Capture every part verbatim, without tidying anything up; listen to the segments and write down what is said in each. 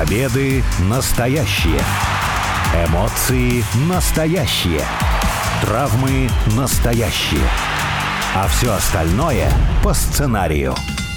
Победы настоящие. Эмоции настоящие. Травмы настоящие. А все остальное по сценарию.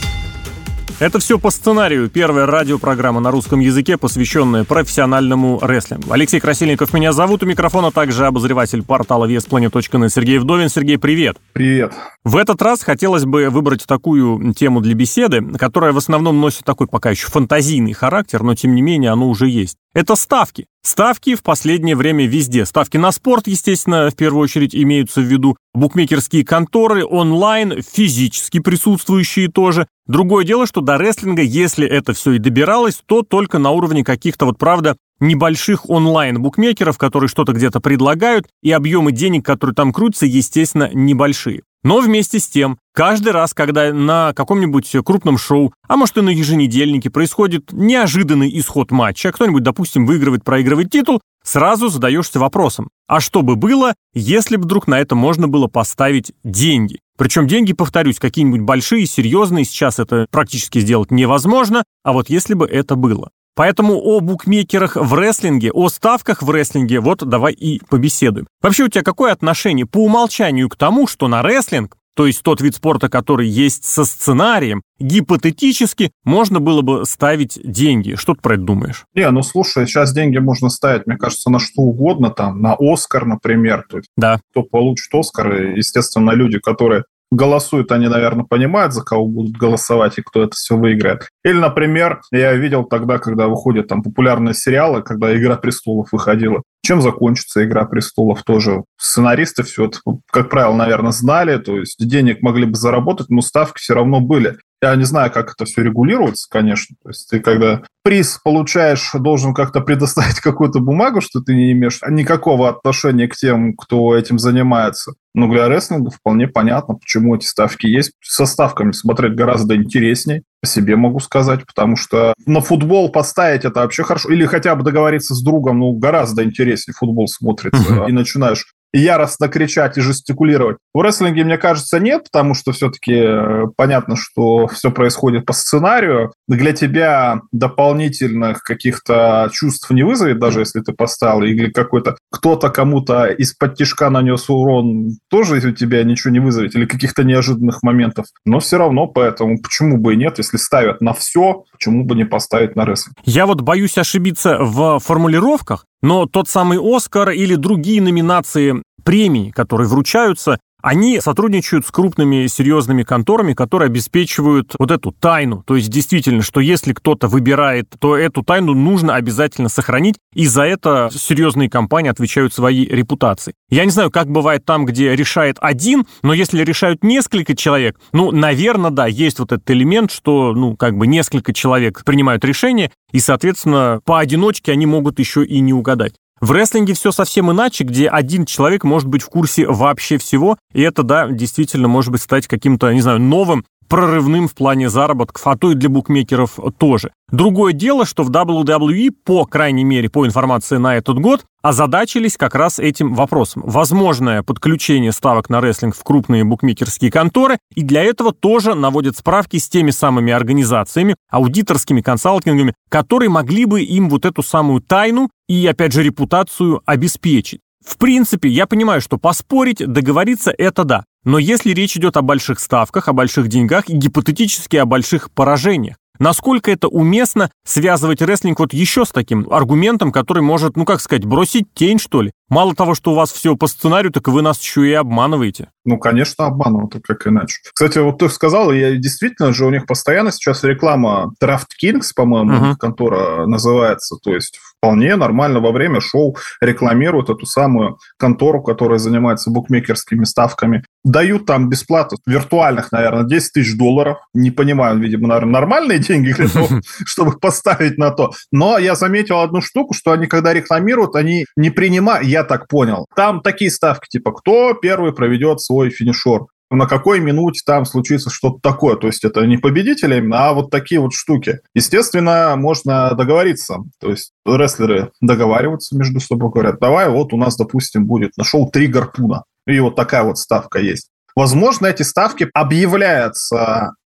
Это все по сценарию. Первая радиопрограмма на русском языке, посвященная профессиональному рестлингу. Алексей Красильников меня зовут, у микрофона также обозреватель портала вес планет точка нет Сергей Вдовин. Сергей, привет. Привет. В этот раз хотелось бы выбрать такую тему для беседы, которая в основном носит такой пока еще фантазийный характер, но тем не менее оно уже есть. Это ставки. Ставки в последнее время везде. Ставки на спорт, естественно, в первую очередь имеются в виду. Букмекерские конторы, онлайн, физически присутствующие тоже. Другое дело, что до рестлинга, если это все и добиралось, то только на уровне каких-то вот, правда, небольших онлайн-букмекеров, которые что-то где-то предлагают, и объемы денег, которые там крутятся, естественно, небольшие. Но вместе с тем, каждый раз, когда на каком-нибудь крупном шоу, а может и на еженедельнике, происходит неожиданный исход матча, кто-нибудь, допустим, выигрывает, проигрывает титул, сразу задаешься вопросом, а что бы было, если бы вдруг на это можно было поставить деньги? Причем деньги, повторюсь, какие-нибудь большие, серьезные, сейчас это практически сделать невозможно, а вот если бы это было. Поэтому о букмекерах в рестлинге, о ставках в рестлинге, вот давай и побеседуем. Вообще у тебя какое отношение по умолчанию к тому, что на рестлинг, то есть тот вид спорта, который есть со сценарием, гипотетически можно было бы ставить деньги? Что ты про это думаешь? Не, ну слушай, сейчас деньги можно ставить, мне кажется, на что угодно, там, на Оскар, например. То есть, да. Кто получит Оскар, и, естественно, люди, которые голосуют, они, наверное, понимают, за кого будут голосовать и кто это все выиграет. Или, например, я видел тогда, когда выходят там популярные сериалы, когда «Игра престолов» выходила. Чем закончится «Игра престолов» тоже? Сценаристы все это, как правило, наверное, знали, то есть денег могли бы заработать, но ставки все равно были. Я не знаю, как это все регулируется, конечно. То есть ты, когда приз получаешь, должен как-то предоставить какую-то бумагу, что ты не имеешь никакого отношения к тем, кто этим занимается. Но для рестлинга вполне понятно, почему эти ставки есть. Со ставками смотреть гораздо интересней, по себе могу сказать, потому что на футбол поставить это вообще хорошо. Или хотя бы договориться с другом, ну, гораздо интереснее футбол смотрится. И начинаешь яростно кричать и жестикулировать. В рестлинге, мне кажется, нет, потому что все-таки понятно, что все происходит по сценарию. Для тебя дополнительных каких-то чувств не вызовет, даже если ты поставил, или какой-то кто-то кому-то из-под тишка нанес урон, тоже у тебя ничего не вызовет, или каких-то неожиданных моментов. Но все равно, поэтому почему бы и нет, если ставят на все, почему бы не поставить на рестлинг? Я вот боюсь ошибиться в формулировках, но тот самый «Оскар» или другие номинации, премии, которые вручаются, они сотрудничают с крупными серьезными конторами, которые обеспечивают вот эту тайну. То есть действительно, что если кто-то выбирает, то эту тайну нужно обязательно сохранить, и за это серьезные компании отвечают своей репутацией. Я не знаю, как бывает там, где решает один, но если решают несколько человек, ну, наверное, да, есть вот этот элемент, что, ну, как бы несколько человек принимают решение, и, соответственно, поодиночке они могут еще и не угадать. В рестлинге все совсем иначе, где один человек может быть в курсе вообще всего, и это, да, действительно может быть стать каким-то, не знаю, новым, прорывным в плане заработков, а то и для букмекеров тоже. Другое дело, что в дабл ю дабл ю и, по крайней мере, по информации на этот год, озадачились как раз этим вопросом. Возможное подключение ставок на рестлинг в крупные букмекерские конторы, и для этого тоже наводят справки с теми самыми организациями, аудиторскими консалтингами, которые могли бы им вот эту самую тайну и, опять же, репутацию обеспечить. В принципе, я понимаю, что поспорить, договориться – это да. Но если речь идет о больших ставках, о больших деньгах и гипотетически о больших поражениях, насколько это уместно связывать рестлинг вот еще с таким аргументом, который может, ну как сказать, бросить тень, что ли? Мало того, что у вас все по сценарию, так вы нас еще и обманываете. Ну, конечно, обманывают, как иначе. Кстати, вот ты сказал, я действительно же у них постоянно сейчас реклама DraftKings, по-моему, uh-huh. контора называется, то есть вполне нормально во время шоу рекламируют эту самую контору, которая занимается букмекерскими ставками. Дают там бесплатно, виртуальных, наверное, десять тысяч долларов. Не понимаю, видимо, наверное, нормальные деньги для того, чтобы поставить на то. Но я заметил одну штуку, что они, когда рекламируют, они не принимают, я так понял. Там такие ставки, типа, кто первый проведет свой финишер, на какой минуте там случится что-то такое. То есть это не победители именно, а вот такие вот штуки. Естественно, можно договориться. То есть рестлеры договариваются между собой, говорят, давай, вот у нас, допустим, будет на шоу три гарпуна. И вот такая вот ставка есть. Возможно, эти ставки объявляются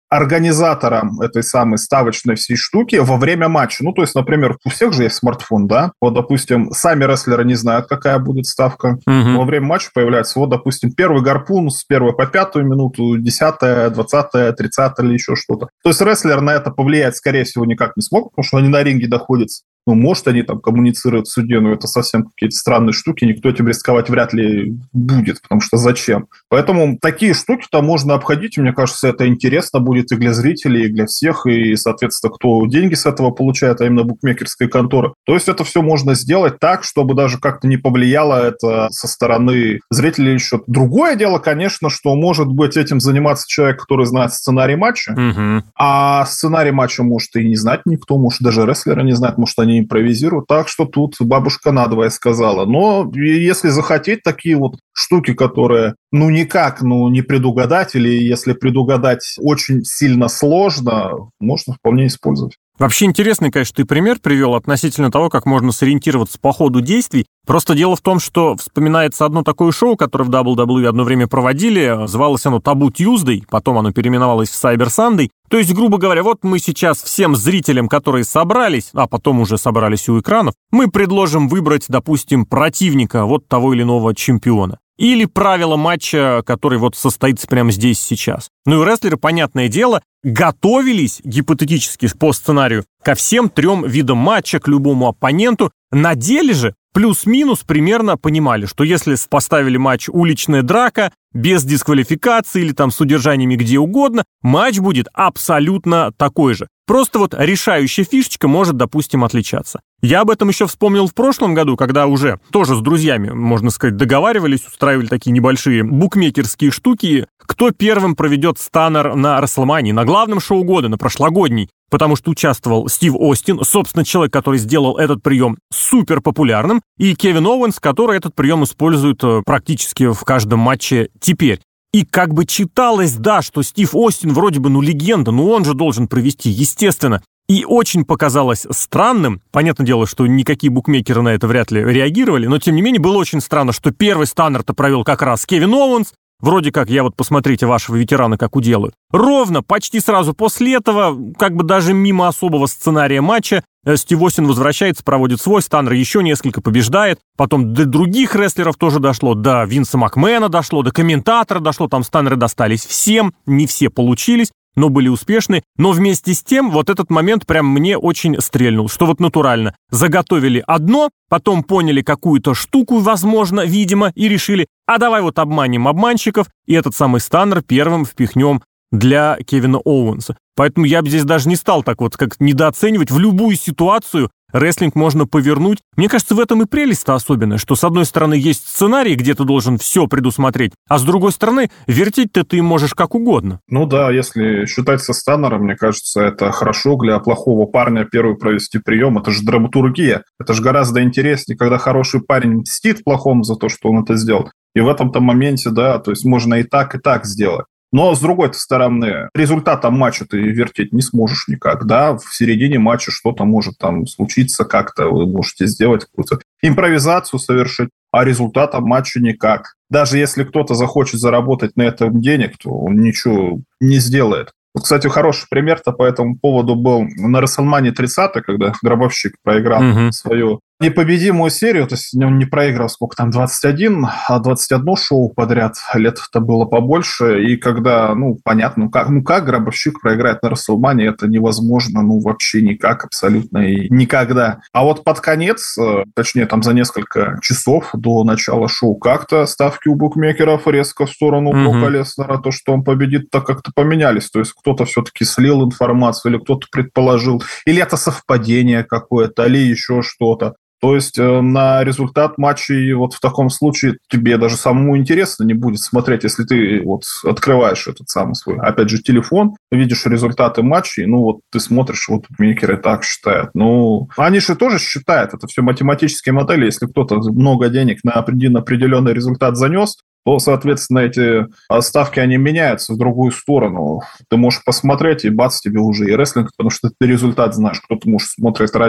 организатором этой самой ставочной всей штуки во время матча. Ну, то есть, например, у всех же есть смартфон, да? Вот, допустим, сами рестлеры не знают, какая будет ставка. Угу. Во время матча появляется, вот, допустим, первый гарпун с первой по пятую минуту, десятая, двадцатая, тридцатая или еще что-то. То есть рестлер на это повлиять, скорее всего, никак не смог, потому что они на ринге находятся. Ну, может, они там коммуницируют с судьей, но это совсем какие-то странные штуки, никто этим рисковать вряд ли будет, потому что зачем? Поэтому такие штуки-то можно обходить, мне кажется, это интересно будет и для зрителей, и для всех, и, соответственно, кто деньги с этого получает, а именно букмекерская контора. То есть это все можно сделать так, чтобы даже как-то не повлияло это со стороны зрителей еще. Другое дело, конечно, что может быть этим заниматься человек, который знает сценарий матча, угу. а сценарий матча может и не знать никто, может даже рестлеры не знают, может они импровизируют, так что тут бабушка надвое сказала. Но если захотеть такие вот штуки, которые ну никак ну, не предугадать, или если предугадать очень сильно сложно, можно вполне использовать. Вообще интересный, конечно, ты пример привел относительно того, как можно сориентироваться по ходу действий. Просто дело в том, что вспоминается одно такое шоу, которое в дабл ю дабл ю и одно время проводили. Звалось оно Taboo Tuesday, потом оно переименовалось в Cyber Sunday. То есть, грубо говоря, вот мы сейчас всем зрителям, которые собрались, а потом уже собрались у экранов, мы предложим выбрать, допустим, противника вот того или иного чемпиона. Или правила матча, который вот состоится прямо здесь сейчас. Ну и рестлеры, понятное дело, готовились гипотетически по сценарию ко всем трем видам матча, к любому оппоненту. На деле же плюс-минус примерно понимали, что если поставили матч уличная драка, без дисквалификации или там с удержаниями где угодно, матч будет абсолютно такой же. Просто вот решающая фишечка может, допустим, отличаться. Я об этом еще вспомнил в прошлом году, когда уже тоже с друзьями, можно сказать, договаривались, устраивали такие небольшие букмекерские штуки, кто первым проведет станнер на Расселмании, на главном шоу года, на прошлогодней, потому что участвовал Стив Остин, собственно, человек, который сделал этот прием супер популярным, и Кевин Оуэнс, который этот прием использует практически в каждом матче теперь. И как бы читалось, да, что Стив Остин вроде бы, ну, легенда, ну, он же должен провести, естественно. И очень показалось странным, понятное дело, что никакие букмекеры на это вряд ли реагировали, но, тем не менее, было очень странно, что первый станнер-то провел как раз Кевин Оуэнс, вроде как, я вот, посмотрите, вашего ветерана как уделаю. Ровно, почти сразу после этого, как бы даже мимо особого сценария матча, Стив Остин возвращается, проводит свой станнер, еще несколько побеждает, потом до других рестлеров тоже дошло, до Винса Макмена дошло, до комментатора дошло, там станнеры достались всем, не все получились, но были успешны. Но вместе с тем вот этот момент прям мне очень стрельнул, что вот натурально. Заготовили одно, потом поняли какую-то штуку, возможно, видимо, и решили, а давай вот обманем обманщиков, и этот самый станнер первым впихнем для Кевина Оуэнса. Поэтому я бы здесь даже не стал так вот как недооценивать. В любую ситуацию рестлинг можно повернуть. Мне кажется, в этом и прелесть-то особенная, что с одной стороны есть сценарий, где ты должен все предусмотреть, а с другой стороны вертеть-то ты можешь как угодно. Ну да, если считать со станнером, мне кажется, это хорошо для плохого парня первый провести прием. Это же драматургия. Это же гораздо интереснее, когда хороший парень мстит плохому за то, что он это сделал. И в этом-то моменте, да, то есть можно и так, и так сделать. Но, с другой стороны, результатом матча ты вертеть не сможешь никак, да, в середине матча что-то может там случиться как-то, вы можете сделать какую-то импровизацию совершить, а результатом матча никак. Даже если кто-то захочет заработать на этом денег, то он ничего не сделает. Вот, кстати, хороший пример-то по этому поводу был на Расселмании тридцатой, когда Гробовщик проиграл mm-hmm. свою непобедимую серию, то есть он не проиграл, сколько там, двадцать один, а двадцать одно шоу подряд, лет-то было побольше, и когда, ну, понятно, ну как, ну как Гробовщик проиграет на Расселмании, это невозможно, ну, вообще никак, абсолютно и никогда. А вот под конец, точнее, там за несколько часов до начала шоу, как-то ставки у букмекеров резко в сторону mm-hmm. Брока Леснера, то, что он победит, так как-то поменялись, то есть кто-то все-таки слил информацию, или кто-то предположил, или это совпадение какое-то, или еще что-то. То есть э, на результат матчей вот в таком случае тебе даже самому интересно не будет смотреть, если ты вот открываешь этот самый свой, опять же, телефон, видишь результаты матчей, ну вот ты смотришь, вот букмекеры так считают. Ну, они же тоже считают, это все математические модели, если кто-то много денег на один определенный результат занес, то, соответственно, эти ставки, они меняются в другую сторону. Ты можешь посмотреть, и бац, тебе уже и рестлинг, потому что ты результат знаешь. Кто-то, может, смотрит ради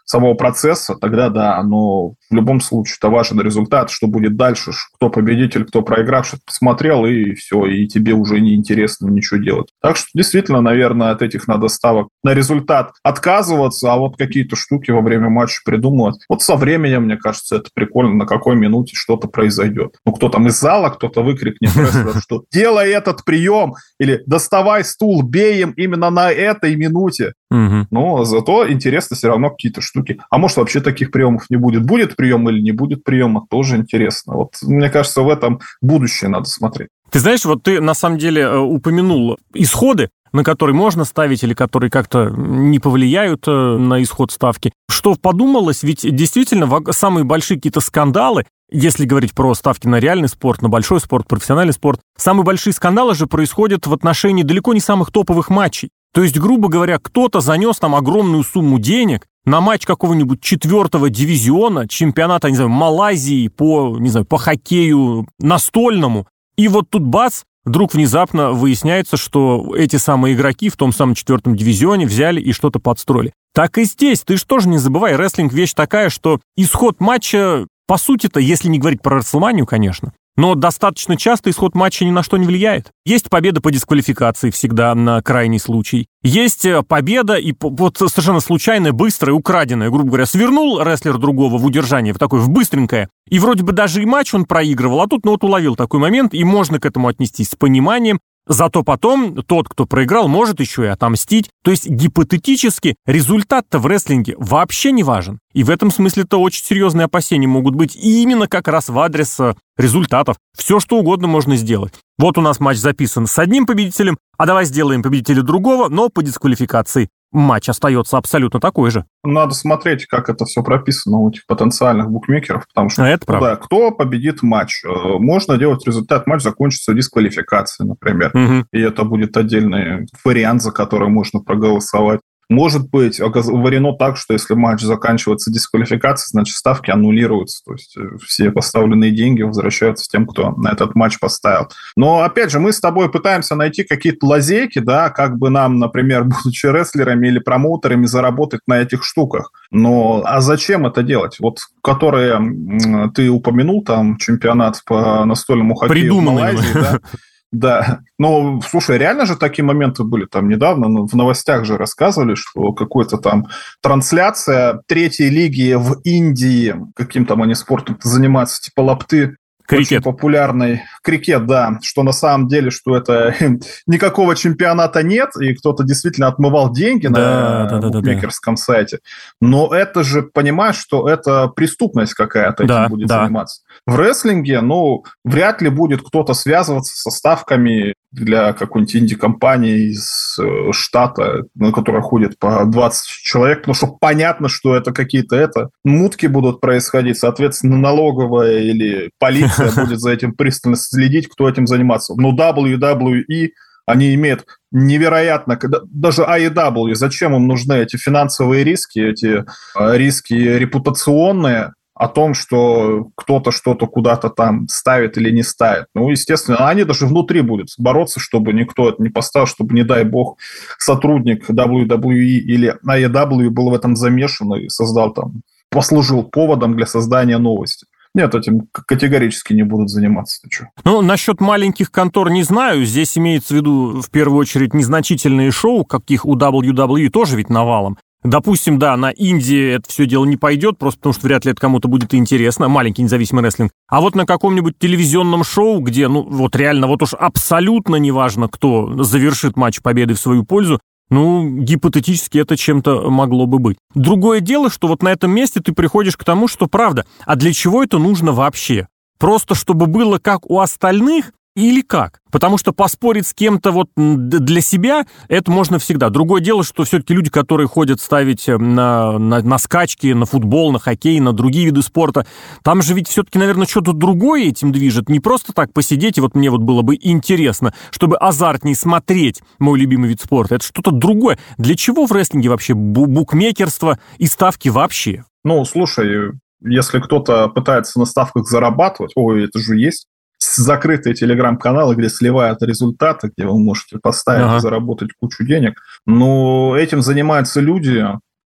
самого процесса, тогда да, но в любом случае это важен результат, что будет дальше, кто победитель, кто проигравший, посмотрел, и все, и тебе уже не интересно ничего делать. Так что действительно, наверное, от этих надо ставок на результат отказываться, а вот какие-то штуки во время матча придумывать. Вот со временем, мне кажется, это прикольно, на какой минуте что-то произойдет. Ну, кто там из зала, кто-то выкрикнет, что делай этот прием, или доставай стул, бей им именно на этой минуте. Но зато интересно все равно какие-то штуки. А может, вообще таких приемов не будет? Будет прием или не будет приема? Тоже интересно. Вот, мне кажется, в этом будущее надо смотреть. Ты знаешь, вот ты на самом деле упомянул исходы, на которые можно ставить или которые как-то не повлияют на исход ставки. Что подумалось, ведь действительно самые большие какие-то скандалы, если говорить про ставки на реальный спорт, на большой спорт, профессиональный спорт, самые большие скандалы же происходят в отношении далеко не самых топовых матчей. То есть, грубо говоря, кто-то занес там огромную сумму денег на матч какого-нибудь четвертого дивизиона, чемпионата, не знаю, Малайзии по, не знаю, по хоккею настольному, и вот тут бац, вдруг внезапно выясняется, что эти самые игроки в том самом четвертом дивизионе взяли и что-то подстроили. Так и здесь, ты же тоже не забывай, рестлинг вещь такая, что исход матча, по сути-то, если не говорить про Расселманию, конечно, но достаточно часто исход матча ни на что не влияет. Есть победа по дисквалификации всегда на крайний случай. Есть победа и вот совершенно случайная, быстрая, украденная, грубо говоря, свернул рестлер другого в удержание, в такое, в быстренькое, и вроде бы даже и матч он проигрывал, а тут, ну вот уловил такой момент, и можно к этому отнестись с пониманием. Зато потом тот, кто проиграл, может еще и отомстить. То есть гипотетически результат-то в рестлинге вообще не важен. И в этом смысле-то очень серьезные опасения могут быть и именно как раз в адрес результатов. Все, что угодно можно сделать. Вот у нас матч записан с одним победителем, а давай сделаем победителя другого, но по дисквалификации. Матч остается абсолютно такой же. Надо смотреть, как это все прописано у этих потенциальных букмекеров, потому что а это правда. Да, кто победит матч. Можно делать результат, матч закончится дисквалификацией, например. Угу. И это будет отдельный вариант, за который можно проголосовать. Может быть варено так, что если матч заканчивается дисквалификацией, значит ставки аннулируются. То есть все поставленные деньги возвращаются тем, кто на этот матч поставил. Но, опять же, мы с тобой пытаемся найти какие-то лазейки, да, как бы нам, например, будучи рестлерами или промоутерами, заработать на этих штуках. Но а зачем это делать? Вот которые ты упомянул, там, чемпионат по настольному хоккею в Малайзии, да? Да, но, слушай, реально же такие моменты были там недавно, в новостях же рассказывали, что какая-то там трансляция третьей лиги в Индии, каким там они спортом занимаются, типа лапты, крикет. Очень популярный крикет, да, что на самом деле, что это никакого чемпионата нет, и кто-то действительно отмывал деньги да, на да, букмекерском да, да. сайте. Но это же, понимаешь, что это преступность какая-то да, этим будет да. заниматься. В рестлинге, ну, вряд ли будет кто-то связываться со ставками для какой-нибудь инди-компании из штата, на которой ходит по двадцать человек, потому что понятно, что это какие-то это мутки будут происходить, соответственно, налоговая или полиция будет за этим пристально следить, кто этим заниматься. Но дабл ю дабл ю и, они имеют невероятно, даже эй и дабл ю, зачем им нужны эти финансовые риски, эти риски репутационные, о том, что кто-то что-то куда-то там ставит или не ставит. Ну, естественно, они даже внутри будут бороться, чтобы никто это не поставил, чтобы, не дай бог, сотрудник дабл ю дабл ю и или эй и дабл ю был в этом замешан и создал там, послужил поводом для создания новости. Нет, этим категорически не будут заниматься. Ты что? Ну, насчет маленьких контор не знаю. Здесь имеется в виду, в первую очередь, незначительные шоу, каких у дабл ю дабл ю тоже ведь навалом. Допустим, да, на Индии это все дело не пойдет, просто потому что вряд ли это кому-то будет интересно, маленький независимый рестлинг. А вот на каком-нибудь телевизионном шоу, где, ну, вот реально, вот уж абсолютно неважно, кто завершит матч победы в свою пользу, ну, гипотетически это чем-то могло бы быть. Другое дело, что вот на этом месте ты приходишь к тому, что правда, а для чего это нужно вообще? Просто чтобы было как у остальных? Или как? Потому что поспорить с кем-то вот для себя, это можно всегда. Другое дело, что все-таки люди, которые ходят ставить на, на, на скачки, на футбол, на хоккей, на другие виды спорта, там же ведь все-таки, наверное, что-то другое этим движет. Не просто так посидеть, и вот мне вот было бы интересно, чтобы азартней смотреть мой любимый вид спорта. Это что-то другое. Для чего в рестлинге вообще букмекерство и ставки вообще? Ну, слушай, если кто-то пытается на ставках зарабатывать, ой, это же есть. Закрытые телеграм-каналы, где сливают результаты, где вы можете поставить ага. и заработать кучу денег. Но этим занимаются люди,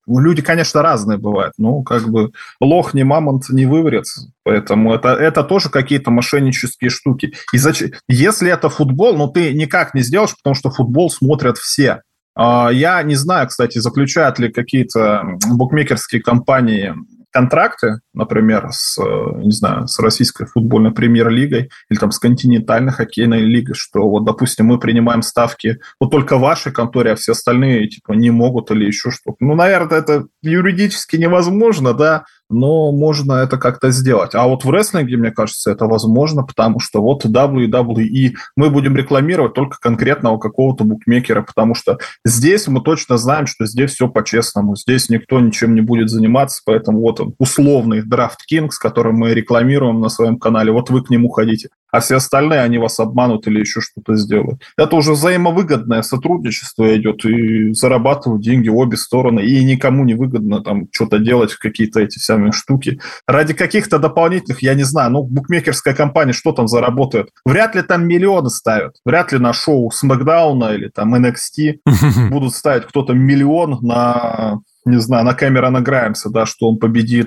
Люди, конечно, разные бывают. Ну, как бы лох не мамонт, не выварит. Поэтому это, это тоже какие-то мошеннические штуки. И зачем? Если это футбол, ну, ты никак не сделаешь, потому что футбол смотрят все. Я не знаю, кстати, заключают ли какие-то букмекерские компании контракты, например, с, не знаю, с российской футбольной премьер-лигой или там с континентальной хоккейной лигой, что вот, допустим, мы принимаем ставки вот только в вашей конторе, а все остальные типа не могут или еще что-то. Ну, наверное, это юридически невозможно, да, но можно это как-то сделать. А вот в рестлинге, мне кажется, это возможно, потому что вот дабл ю дабл ю и мы будем рекламировать только конкретного какого-то букмекера, потому что здесь мы точно знаем, что здесь все по-честному, здесь никто ничем не будет заниматься, поэтому вот он, условный DraftKings, который мы рекламируем на своем канале, вот вы к нему ходите. А все остальные, они вас обманут или еще что-то сделают. Это уже взаимовыгодное сотрудничество идет, и зарабатывают деньги обе стороны, и никому не выгодно там что-то делать, какие-то эти самые штуки. Ради каких-то дополнительных, я не знаю, ну, букмекерская компания, что там заработает? Вряд ли там миллионы ставят. Вряд ли на шоу Смэкдауна или там эн экс ти будут ставить кто-то миллион на, не знаю, на Кэмерона Граймса, да, что он победит...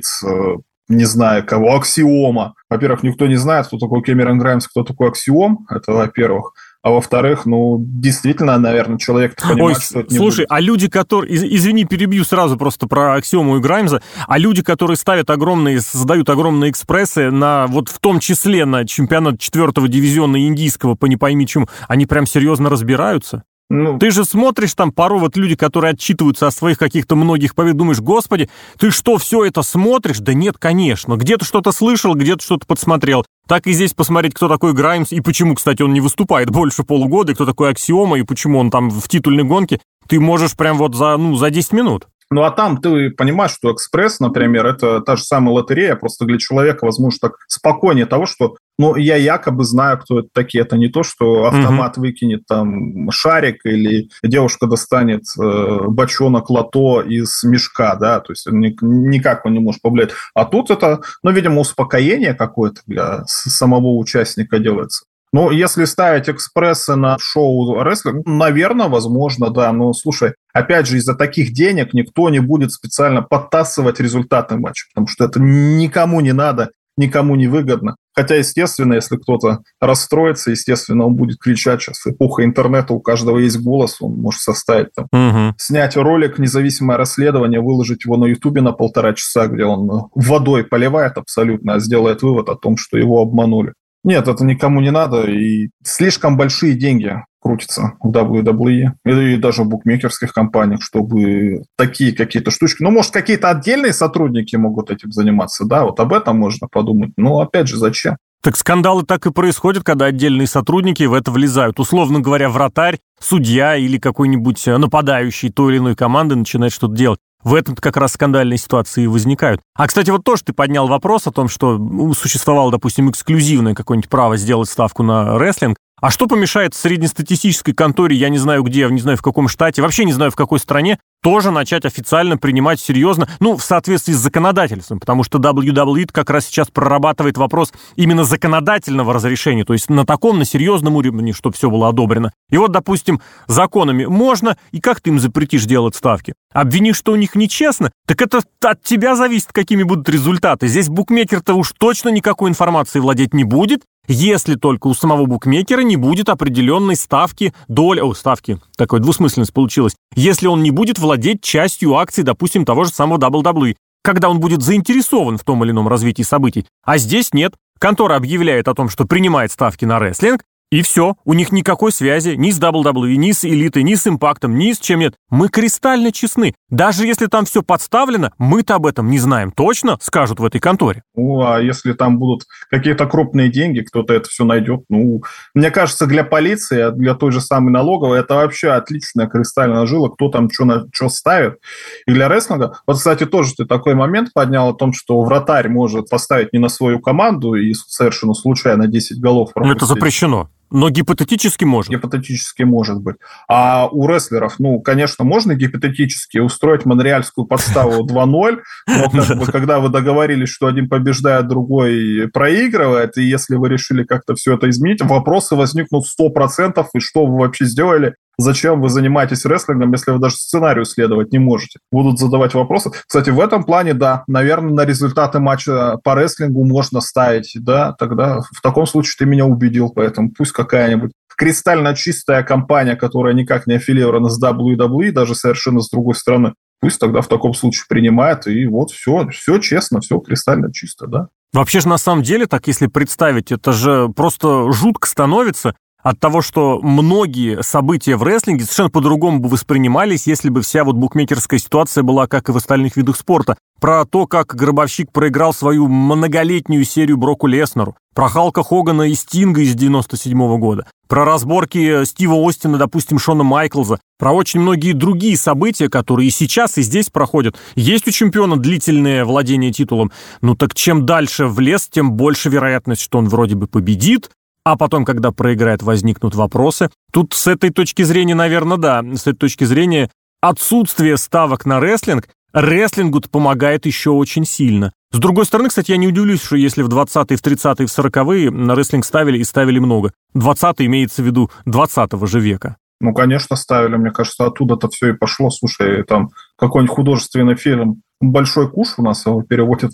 не знаю кого, Аксиома. Во-первых, никто не знает, кто такой Кэмерон Граймс, кто такой Аксиом, это во-первых. А во-вторых, ну, действительно, наверное, человек понимает, Ой, что это не слушай, будет. А люди, которые... Из, извини, перебью сразу просто про Аксиому и Граймза. А люди, которые ставят огромные, создают огромные экспрессы, на, вот в том числе на чемпионат четвертого дивизиона индийского, по не пойми чему, они прям серьезно разбираются? Ну, ты же смотришь там порой вот люди, которые отчитываются о своих каких-то многих победах, думаешь, господи, ты что, все это смотришь? Да нет, конечно. Где-то что-то слышал, где-то что-то подсмотрел. Так и здесь посмотреть, кто такой Граймс, и почему, кстати, он не выступает больше полугода, и кто такой Аксиома, и почему он там в титульной гонке, ты можешь прям вот за, ну, за десять минут. Ну, а там ты понимаешь, что экспресс, например, это та же самая лотерея, просто для человека, возможно, так спокойнее того, что, ну, я якобы знаю, кто это такие. Это не то, что автомат mm-hmm. выкинет там шарик или девушка достанет э, бочонок лото из мешка, да, то есть ни, никак он не может повлиять. А тут это, ну, видимо, успокоение какое-то для самого участника делается. Ну, если ставить экспрессы на шоу рестлинг, наверное, возможно, да. Но, слушай, опять же, из-за таких денег никто не будет специально подтасывать результаты матча, потому что это никому не надо, никому не выгодно. Хотя, естественно, если кто-то расстроится, естественно, он будет кричать. Сейчас эпоха интернета, у каждого есть голос, он может составить там, угу. снять ролик, независимое расследование, выложить его на Ютубе на полтора часа, где он водой поливает абсолютно, а сделает вывод о том, что его обманули. Нет, это никому не надо, и слишком большие деньги крутятся в дабл ю дабл ю и, и даже в букмекерских компаниях, чтобы такие какие-то штучки... Ну, может, какие-то отдельные сотрудники могут этим заниматься, да, вот об этом можно подумать. Но, опять же, зачем? Так скандалы так и происходят, когда отдельные сотрудники в это влезают. Условно говоря, вратарь, судья или какой-нибудь нападающий той или иной команды начинает что-то делать. В этом как раз скандальные ситуации и возникают. А, кстати, вот тоже ты поднял вопрос о том, что существовало, допустим, эксклюзивное какое-нибудь право сделать ставку на рестлинг. А что помешает среднестатистической конторе, я не знаю где, не знаю в каком штате, вообще не знаю в какой стране, тоже начать официально принимать серьезно, ну, в соответствии с законодательством, потому что дабл ю дабл ю и как раз сейчас прорабатывает вопрос именно законодательного разрешения, то есть на таком, на серьезном уровне, чтобы все было одобрено. И вот, допустим, законами можно, и как ты им запретишь делать ставки? Обвинишь, что у них нечестно, так это от тебя зависит, какими будут результаты. Здесь букмекер-то уж точно никакой информации владеть не будет, если только у самого букмекера не будет определенной ставки, доли, о, ставки, такой двусмысленность получилась, если он не будет владеть частью акций, допустим, того же самого дабл ю дабл ю и, когда он будет заинтересован в том или ином развитии событий. А здесь нет. Контора объявляет о том, что принимает ставки на рестлинг, и все, у них никакой связи ни с дабл ю дабл ю и, ни с элитой, ни с импактом, ни с чем нет. Мы кристально честны. Даже если там все подставлено, мы-то об этом не знаем точно, скажут в этой конторе. Ну, а если там будут какие-то крупные деньги, кто-то это все найдет. Ну, мне кажется, для полиции, для той же самой налоговой, это вообще отличная кристальная жила, кто там что ставит. И для рестлинга, вот, кстати, тоже ты такой момент поднял о том, что вратарь может поставить не на свою команду и совершенно случайно десять голов пропустить. Это запрещено. Но гипотетически может. Гипотетически может быть. А у рестлеров, ну, конечно, можно гипотетически устроить монреальскую подставу два ноль, но как бы, когда вы договорились, что один побеждает, другой проигрывает, и если вы решили как-то все это изменить, вопросы возникнут сто процентов, и что вы вообще сделали? зачем вы занимаетесь рестлингом, если вы даже сценарию следовать не можете. Будут задавать вопросы. Кстати, в этом плане, да, наверное, на результаты матча по рестлингу можно ставить, да, тогда в таком случае ты меня убедил, поэтому пусть какая-нибудь кристально чистая компания, которая никак не аффилирована с дабл ю дабл ю и, даже совершенно с другой стороны, пусть тогда в таком случае принимает, и вот все, все честно, все кристально чисто, да. Вообще же на самом деле, так если представить, это же просто жутко становится от того, что многие события в рестлинге совершенно по-другому бы воспринимались, если бы вся вот букмекерская ситуация была, как и в остальных видах спорта. Про то, как Гробовщик проиграл свою многолетнюю серию Броку Леснеру, про Халка Хогана и Стинга из девяносто седьмого года, про разборки Стива Остина, допустим, Шона Майклза, про очень многие другие события, которые и сейчас, и здесь проходят. Есть у чемпиона длительное владение титулом. Ну так чем дальше в лес, тем больше вероятность, что он вроде бы победит, а потом, когда проиграет, возникнут вопросы. Тут с этой точки зрения, наверное, да, с этой точки зрения отсутствие ставок на рестлинг рестлингу-то помогает еще очень сильно. С другой стороны, кстати, я не удивлюсь, что если в двадцатые, в тридцатые, в сороковые на рестлинг ставили и ставили много. двадцатые имеется в виду двадцатого же века. Ну, конечно, ставили. Мне кажется, оттуда-то все и пошло. Слушай, там какой-нибудь художественный фильм «Большой куш» у нас его переводит.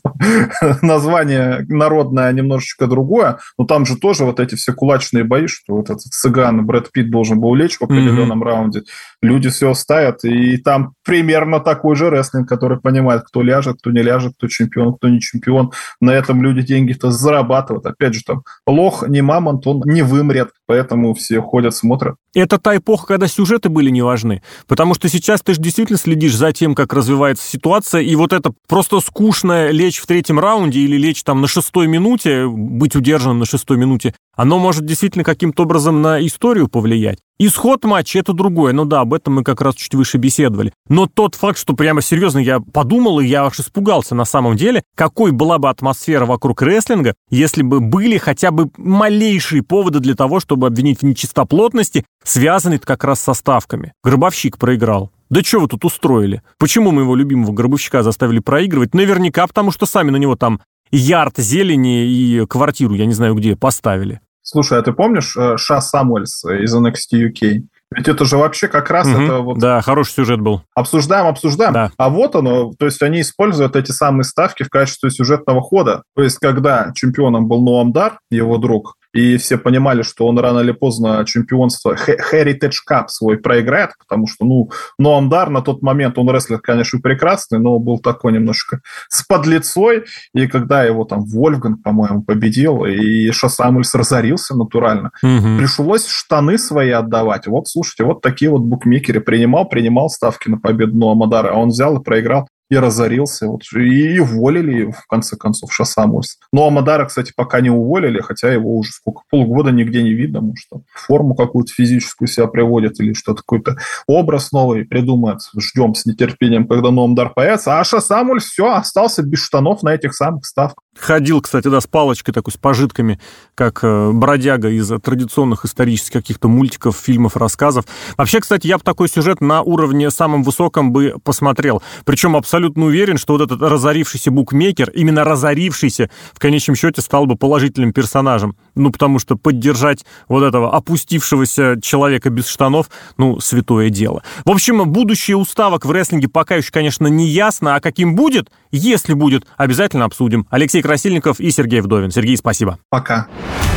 Название народное немножечко другое, но там же тоже вот эти все кулачные бои, что вот этот цыган Брэд Питт должен был лечь в определенном mm-hmm. раунде. Люди все ставят, и там примерно такой же рестлинг, который понимает, кто ляжет, кто не ляжет, кто чемпион, кто не чемпион. На этом люди деньги-то зарабатывают. Опять же, там лох, не мамонт, он не вымрет, поэтому все ходят, смотрят. Это та эпоха, когда сюжеты были не важны, потому что сейчас ты же действительно следишь за тем, как развивается ситуация, и вот это просто скучное лечь в третьем раунде или лечь там на шестой минуте, быть удержанным на шестой минуте, оно может действительно каким-то образом на историю повлиять. Исход матча — это другое, ну да, об этом мы как раз чуть выше беседовали. Но тот факт, что прямо серьезно я подумал, и я аж испугался на самом деле, какой была бы атмосфера вокруг рестлинга, если бы были хотя бы малейшие поводы для того, чтобы обвинить в нечистоплотности, связанные как раз со ставками. Гробовщик проиграл. Да что вы тут устроили? Почему мы его любимого Гробовщика заставили проигрывать? Наверняка потому, что сами на него там ярд зелени и квартиру, я не знаю где, поставили. Слушай, а ты помнишь Ша Самуэльс из эн экс ти ю кей? Ведь это же вообще как раз угу. это вот... Да, хороший сюжет был. Обсуждаем, обсуждаем. Да. А вот оно, то есть они используют эти самые ставки в качестве сюжетного хода. То есть когда чемпионом был Ноам Дар, его друг, и все понимали, что он рано или поздно чемпионство Heritage Cup свой проиграет, потому что, ну, Ноам Дар на тот момент, он рестлер, конечно, прекрасный, но был такой немножко с подлецой, и когда его там Вольфганг, по-моему, победил, и Ша Самуэльс разорился натурально, угу. пришлось штаны свои отдавать. Вот, слушайте, вот такие вот букмекеры принимал, принимал ставки на победу Ноама Дара, а он взял и проиграл. И разорился, вот, и уволили, в конце концов, Ша Самуэльс. Ну, а Мадара, кстати, пока не уволили, хотя его уже сколько, полгода нигде не видно, может, форму какую-то физическую себя приводит или что-то, какой-то образ новый придумает. Ждем с нетерпением, когда Ноам Дар появится. А Ша Самуэльс, все, остался без штанов на этих самых ставках. Ходил, кстати, да, с палочкой такой, с пожитками, как э, бродяга из традиционных исторических каких-то мультиков, фильмов, рассказов. Вообще, кстати, я бы такой сюжет на уровне самом высоком бы посмотрел. Причем абсолютно уверен, что вот этот разорившийся букмекер, именно разорившийся, в конечном счете стал бы положительным персонажем. Ну, потому что поддержать вот этого опустившегося человека без штанов, ну, святое дело. В общем, будущее уставок в рестлинге пока еще, конечно, не ясно, а каким будет, если будет, обязательно обсудим. Алексей Красильников и Сергей Вдовин. Сергей, спасибо. Пока.